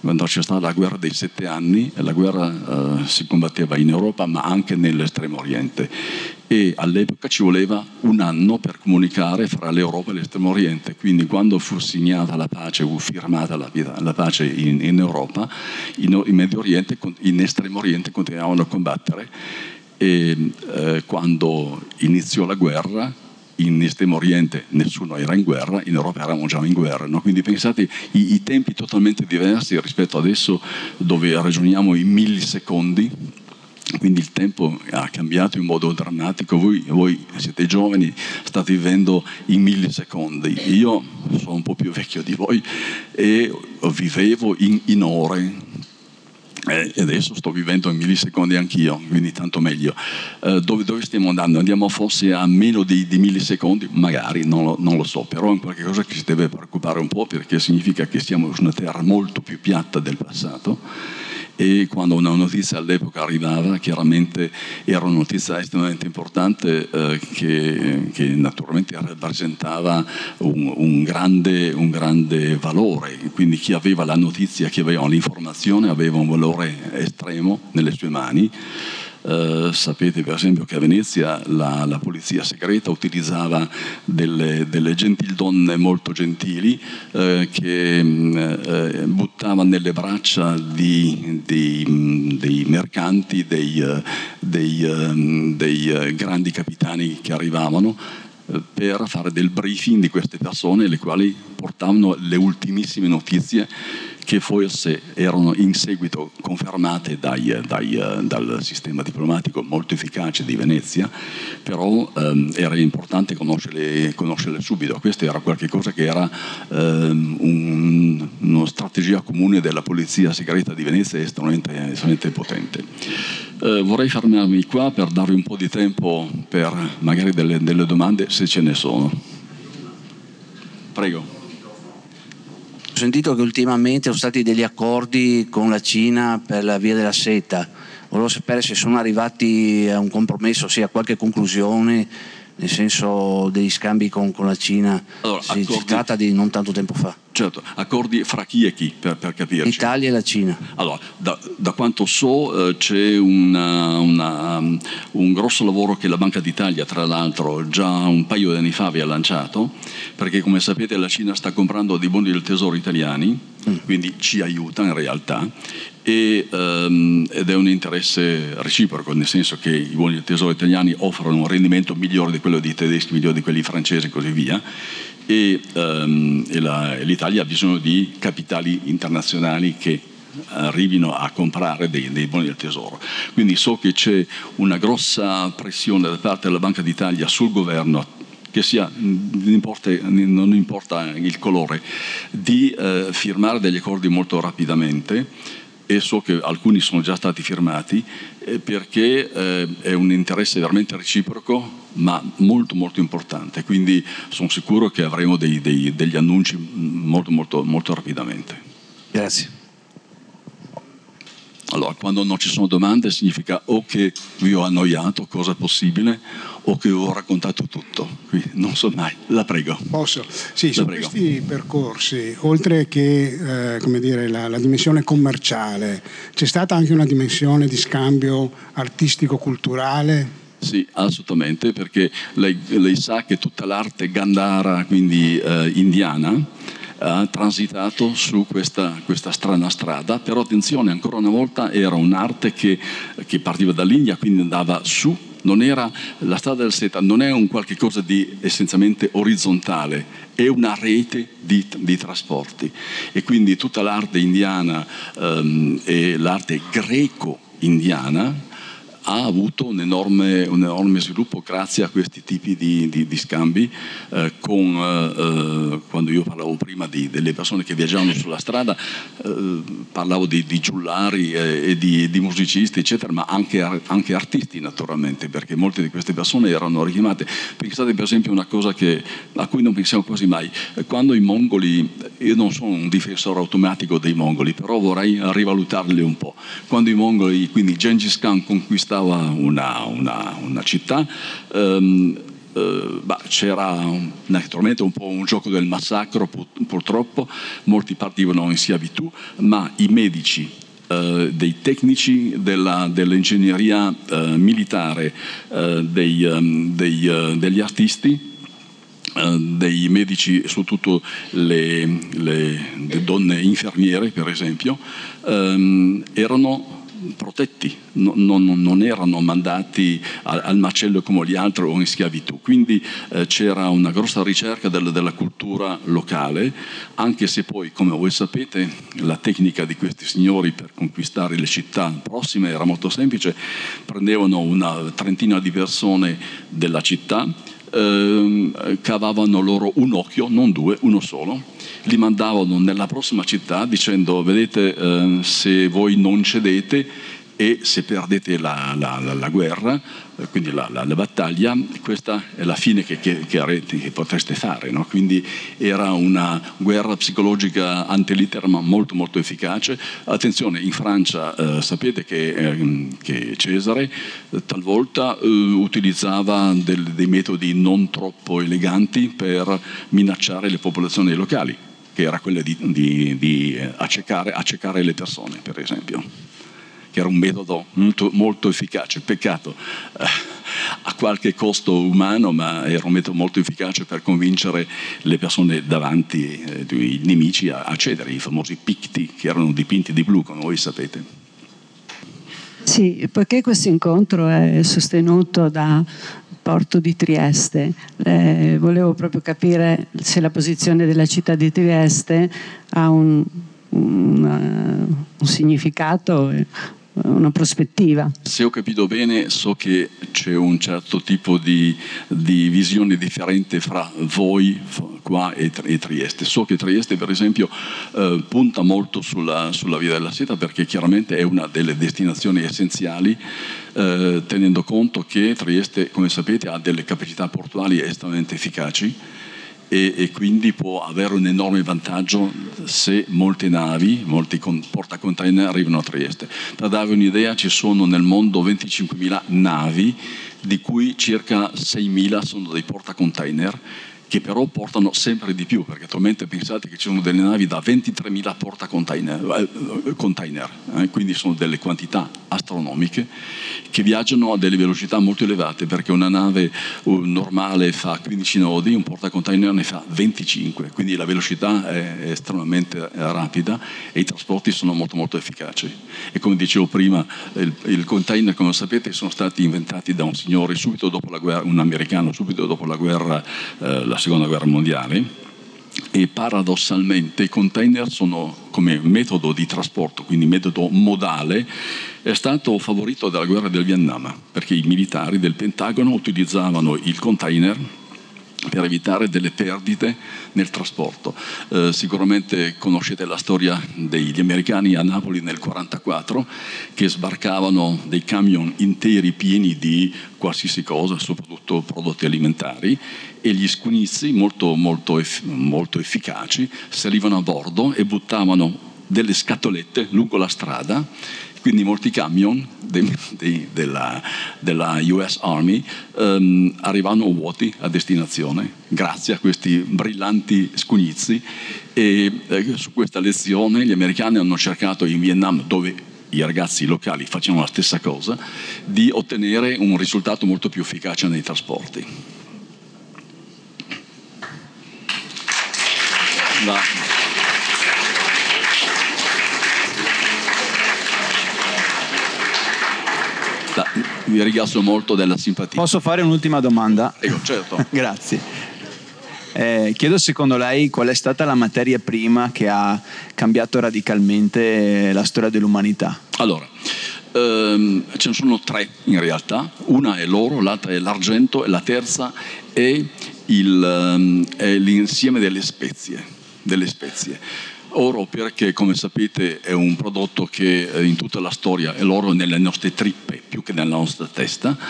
quando c'è stata la guerra dei 7 anni, la guerra si combatteva in Europa ma anche nell'Estremo Oriente, e all'epoca ci voleva un anno per comunicare fra l'Europa e l'Estremo Oriente, quindi quando fu signata la pace, fu firmata la pace in Europa, in Medio Oriente, in Estremo Oriente continuavano a combattere, e quando iniziò la guerra in Estremo Oriente nessuno era in guerra, in Europa eravamo già in guerra, no? Quindi pensate i tempi totalmente diversi rispetto adesso, dove ragioniamo in millisecondi, quindi il tempo ha cambiato in modo drammatico. Voi siete giovani, state vivendo in millisecondi, io sono un po' più vecchio di voi e vivevo in ore. E adesso sto vivendo in millisecondi anch'io, quindi tanto meglio. Dove stiamo andando? Andiamo forse a meno di millisecondi? Magari, non lo so, però è qualcosa che ci deve preoccupare un po', perché significa che siamo su una terra molto più piatta del passato, e quando una notizia all'epoca arrivava, chiaramente era una notizia estremamente importante, che naturalmente rappresentava un grande valore. Quindi chi aveva la notizia, chi aveva l'informazione aveva un valore estremo nelle sue mani. Sapete per esempio che a Venezia la polizia segreta utilizzava delle gentildonne molto gentili, che buttavano nelle braccia dei mercanti, dei grandi capitani che arrivavano, per fare del briefing di queste persone, le quali portavano le ultimissime notizie, che forse erano in seguito confermate dal sistema diplomatico molto efficace di Venezia, però era importante conoscerle subito. Questo era qualcosa che era una strategia comune della polizia segreta di Venezia, estremamente potente. Vorrei fermarmi qua per darvi un po' di tempo per magari delle domande, se ce ne sono. Prego. Ho sentito che ultimamente sono stati degli accordi con la Cina per la via della seta. Volevo sapere se sono arrivati a un compromesso, ossia a qualche conclusione, nel senso degli scambi con la Cina. Allora, si tratta di non tanto tempo fa. Certo, accordi fra chi e chi, per capirci? L'Italia e la Cina. Allora, da quanto so c'è un grosso lavoro che la Banca d'Italia, tra l'altro, già un paio di anni fa aveva lanciato, perché come sapete la Cina sta comprando dei buoni del tesoro italiani, quindi ci aiuta in realtà, ed è un interesse reciproco, nel senso che i buoni del tesoro italiani offrono un rendimento migliore di quello dei tedeschi, migliore di quelli francesi e così via, e l'Italia ha bisogno di capitali internazionali che arrivino a comprare dei buoni del tesoro. Quindi so che c'è una grossa pressione da parte della Banca d'Italia sul governo, che sia, non importa il colore, di firmare degli accordi molto rapidamente, e so che alcuni sono già stati firmati, perché è un interesse veramente reciproco, ma molto molto importante. Quindi sono sicuro che avremo degli annunci molto rapidamente. Grazie. Allora, quando non ci sono domande significa o che vi ho annoiato, cosa possibile, o che ho raccontato tutto. Quindi non so mai. La prego. Posso? Sì, su questi percorsi, oltre che la dimensione commerciale, c'è stata anche una dimensione di scambio artistico-culturale? Sì, assolutamente, perché lei sa che tutta l'arte Gandhara, quindi indiana, ha transitato su questa strana strada, però attenzione, ancora una volta era un'arte che partiva dall'India, quindi andava su. Non era la strada del seta, non è un qualche cosa di essenzialmente orizzontale, è una rete di trasporti, e quindi tutta l'arte indiana e l'arte greco-indiana ha avuto un enorme sviluppo grazie a questi tipi di scambi, quando io parlavo prima delle persone che viaggiavano sulla strada, parlavo di giullari e di musicisti eccetera, ma anche artisti naturalmente, perché molte di queste persone erano richiamate. Pensate per esempio una cosa a cui non pensiamo quasi mai: quando i mongoli, io non sono un difensore automatico dei mongoli, però vorrei rivalutarli un po', quando i mongoli, quindi Gengis Khan, conquistava una città, c'era naturalmente un po' un gioco del massacro, purtroppo molti partivano in schiavitù, ma i medici, dei tecnici dell'ingegneria militare, degli artisti, dei medici, soprattutto le donne infermiere per esempio, erano protetti, non erano mandati al macello come gli altri o in schiavitù, quindi c'era una grossa ricerca della cultura locale, anche se poi, come voi sapete, la tecnica di questi signori per conquistare le città prossime era molto semplice: prendevano una trentina di persone della città, cavavano loro un occhio, non due, uno solo, li mandavano nella prossima città dicendo: vedete, se voi non cedete e se perdete la guerra, quindi la battaglia, questa è la fine che potreste fare, no? Quindi era una guerra psicologica ante litteram molto molto efficace. Attenzione, in Francia sapete che Cesare talvolta utilizzava dei metodi non troppo eleganti per minacciare le popolazioni locali, che era quella di accecare le persone, per esempio, che era un metodo molto, molto efficace. Peccato a qualche costo umano, ma era un metodo molto efficace per convincere le persone davanti, i nemici, a cedere, i famosi picti che erano dipinti di blu, come voi sapete. Sì, poiché questo incontro è sostenuto da Porto di Trieste, volevo proprio capire se la posizione della città di Trieste ha un significato, una prospettiva. Se ho capito bene, so che c'è un certo tipo di visione differente fra voi qua e Trieste. So che Trieste, per esempio, punta molto sulla Via della Seta, perché chiaramente è una delle destinazioni essenziali, tenendo conto che Trieste, come sapete, ha delle capacità portuali estremamente efficaci, e quindi può avere un enorme vantaggio se molte navi, molti portacontainer arrivano a Trieste. Per darvi un'idea, ci sono nel mondo 25.000 navi, di cui circa 6.000 sono dei portacontainer, che però portano sempre di più, perché attualmente pensate che ci sono delle navi da 23.000 portacontainer, quindi sono delle quantità astronomiche che viaggiano a delle velocità molto elevate, perché una nave normale fa 15 nodi, un portacontainer ne fa 25, quindi la velocità è estremamente rapida e i trasporti sono molto molto efficaci. E come dicevo prima, il container, come sapete, sono stati inventati da un signore subito dopo la guerra, un americano subito dopo la guerra, la seconda guerra mondiale, e paradossalmente i container sono, come metodo di trasporto, quindi metodo modale, è stato favorito dalla guerra del Vietnam, perché i militari del Pentagono utilizzavano il container per evitare delle perdite nel trasporto. Sicuramente conoscete la storia degli americani a Napoli nel 1944, che sbarcavano dei camion interi pieni di qualsiasi cosa, soprattutto prodotti alimentari, e gli squinizi molto, molto, molto efficaci salivano a bordo e buttavano delle scatolette lungo la strada. Quindi molti camion della US Army arrivano vuoti a destinazione grazie a questi brillanti squinizi, e su questa lezione gli americani hanno cercato in Vietnam, dove i ragazzi locali facevano la stessa cosa, di ottenere un risultato molto più efficace nei trasporti. Vi ringrazio molto della simpatia. Posso fare un'ultima domanda? Certo. Grazie. Chiedo, secondo lei, qual è stata la materia prima che ha cambiato radicalmente la storia dell'umanità? Allora, ce ne sono tre in realtà. Una è l'oro, l'altra è l'argento e la terza è l'insieme delle spezie. Oro perché, come sapete, è un prodotto che in tutta la storia è l'oro nelle nostre trippe più che nella nostra testa.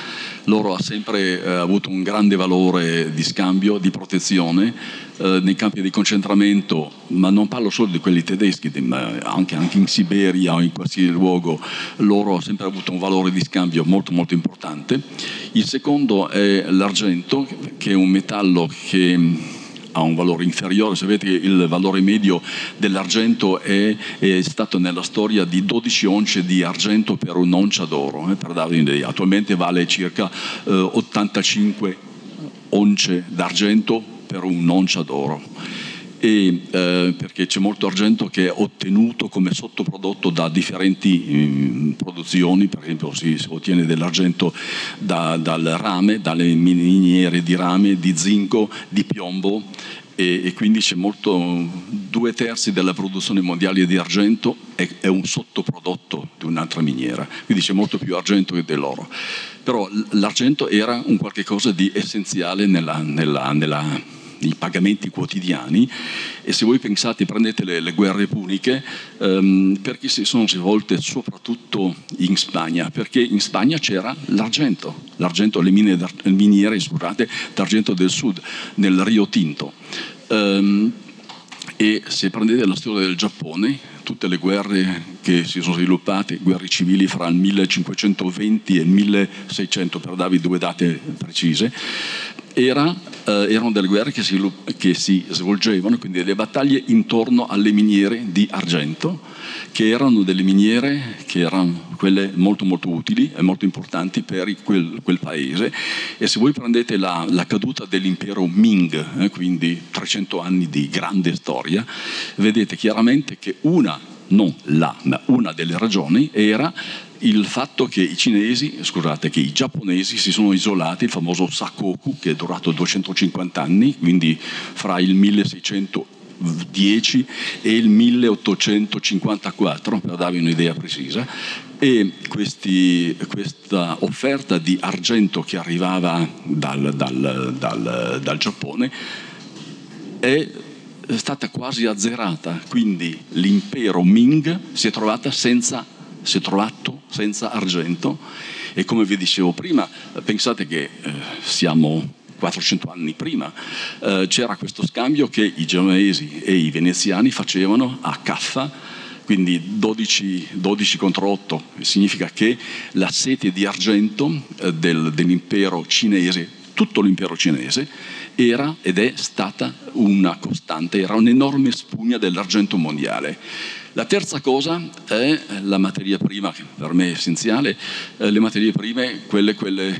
L'oro ha sempre avuto un grande valore di scambio, di protezione nei campi di concentramento, ma non parlo solo di quelli tedeschi, ma anche in Siberia o in qualsiasi luogo l'oro ha sempre avuto un valore di scambio molto molto importante. Il secondo è l'argento, che è un metallo che ha un valore inferiore. Sapete che il valore medio dell'argento è stato nella storia di 12 once di argento per un'oncia d'oro, per darvi un'idea. Attualmente vale circa 85 once d'argento per un'oncia d'oro. Perché c'è molto argento che è ottenuto come sottoprodotto da differenti produzioni. Per esempio si ottiene dell'argento dal rame, dalle miniere di rame, di zinco, di piombo, e quindi c'è molto, 2/3 della produzione mondiale di argento è un sottoprodotto di un'altra miniera, quindi c'è molto più argento che dell'oro. Però l'argento era un qualche cosa di essenziale nei pagamenti quotidiani, e se voi pensate, prendete le guerre puniche, perché si sono svolte soprattutto in Spagna, perché in Spagna c'era l'argento, le miniere d'argento del sud, nel Rio Tinto. E se prendete la storia del Giappone, tutte le guerre che si sono sviluppate, guerre civili fra il 1520 e il 1600, per darvi 2 date precise, erano delle guerre che si svolgevano, quindi delle battaglie intorno alle miniere di argento, che erano delle miniere che erano quelle molto molto utili e molto importanti per quel paese. E se voi prendete la caduta dell'impero Ming, quindi 300 anni di grande storia, vedete chiaramente che una delle ragioni era il fatto che che i giapponesi si sono isolati, il famoso Sakoku, che è durato 250 anni, quindi fra il 1610 e il 1854, per darvi un'idea precisa. E questa offerta di argento che arrivava dal Giappone è stata quasi azzerata, quindi l'impero Ming si è trovato senza argento. E come vi dicevo prima, pensate che siamo 400 anni prima, c'era questo scambio che i genovesi e i veneziani facevano a caffa, quindi 12 contro 8, significa che la sete di argento dell'impero cinese, tutto l'impero cinese, era ed è stata una costante, era un'enorme spugna dell'argento mondiale. La terza cosa è la materia prima, che per me è essenziale, le materie prime, quelle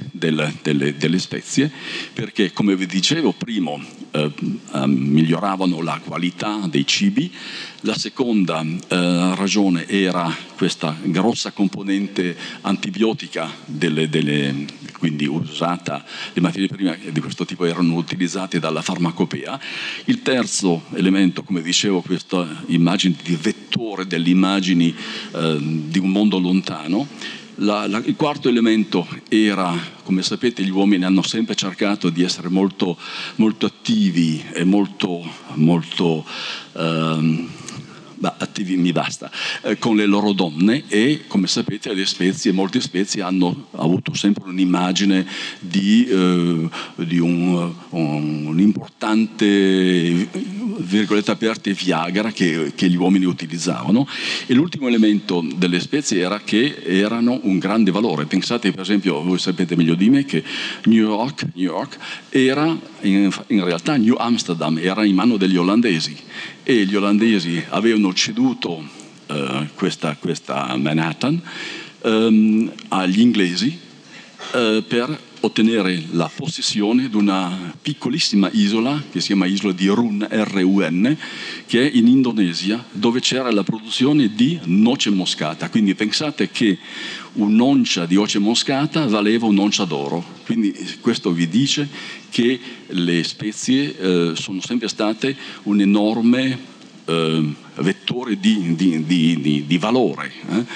delle spezie, perché come vi dicevo prima miglioravano la qualità dei cibi. La seconda ragione era questa grossa componente antibiotica quindi usata, le materie prime di questo tipo erano utilizzate dalla farmacopea. Il terzo elemento, come dicevo, questa immagine di vettore delle immagini di un mondo lontano. Il quarto elemento era, come sapete, gli uomini hanno sempre cercato di essere molto, molto attivi e molto attivi, mi basta, con le loro donne, e come sapete molte spezie hanno avuto sempre un'immagine di un importante, virgolette aperte, Viagra che gli uomini utilizzavano. E l'ultimo elemento delle spezie era che erano un grande valore. Pensate, per esempio, voi sapete meglio di me che New York era in realtà New Amsterdam, era in mano degli olandesi, e gli olandesi avevano ceduto questa Manhattan agli inglesi per ottenere la possessione di una piccolissima isola che si chiama isola di Run, R-U-N, che è in Indonesia, dove c'era la produzione di noce moscata. Quindi pensate che un'oncia di noce moscata valeva un'oncia d'oro. Quindi questo vi dice che le spezie sono sempre state un enorme vettore di valore.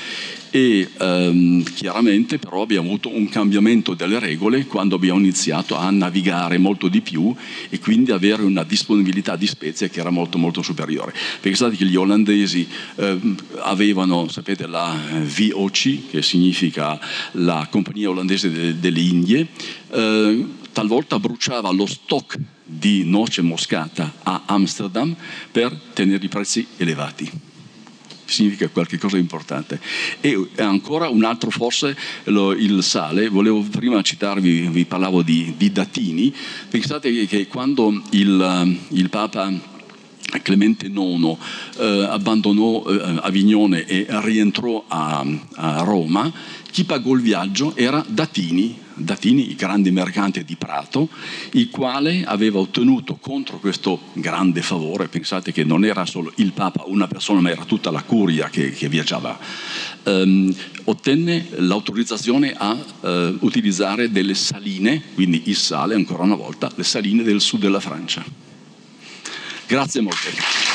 e chiaramente però abbiamo avuto un cambiamento delle regole quando abbiamo iniziato a navigare molto di più e quindi avere una disponibilità di spezie che era molto molto superiore. Pensate che gli olandesi avevano, sapete, la VOC, che significa la Compagnia Olandese delle Indie, talvolta bruciava lo stock di noce moscata a Amsterdam per tenere i prezzi elevati. Significa qualche cosa di importante. E ancora un altro, forse il sale. Volevo prima citarvi, vi parlavo di datini. Pensate che quando il Papa Clemente IX abbandonò Avignone e rientrò a Roma, chi pagò il viaggio era Datini, i grandi mercanti di Prato, il quale aveva ottenuto contro questo grande favore, pensate che non era solo il Papa, una persona, ma era tutta la curia che viaggiava, ottenne l'autorizzazione a utilizzare delle saline, quindi il sale, ancora una volta, le saline del sud della Francia. Grazie molte.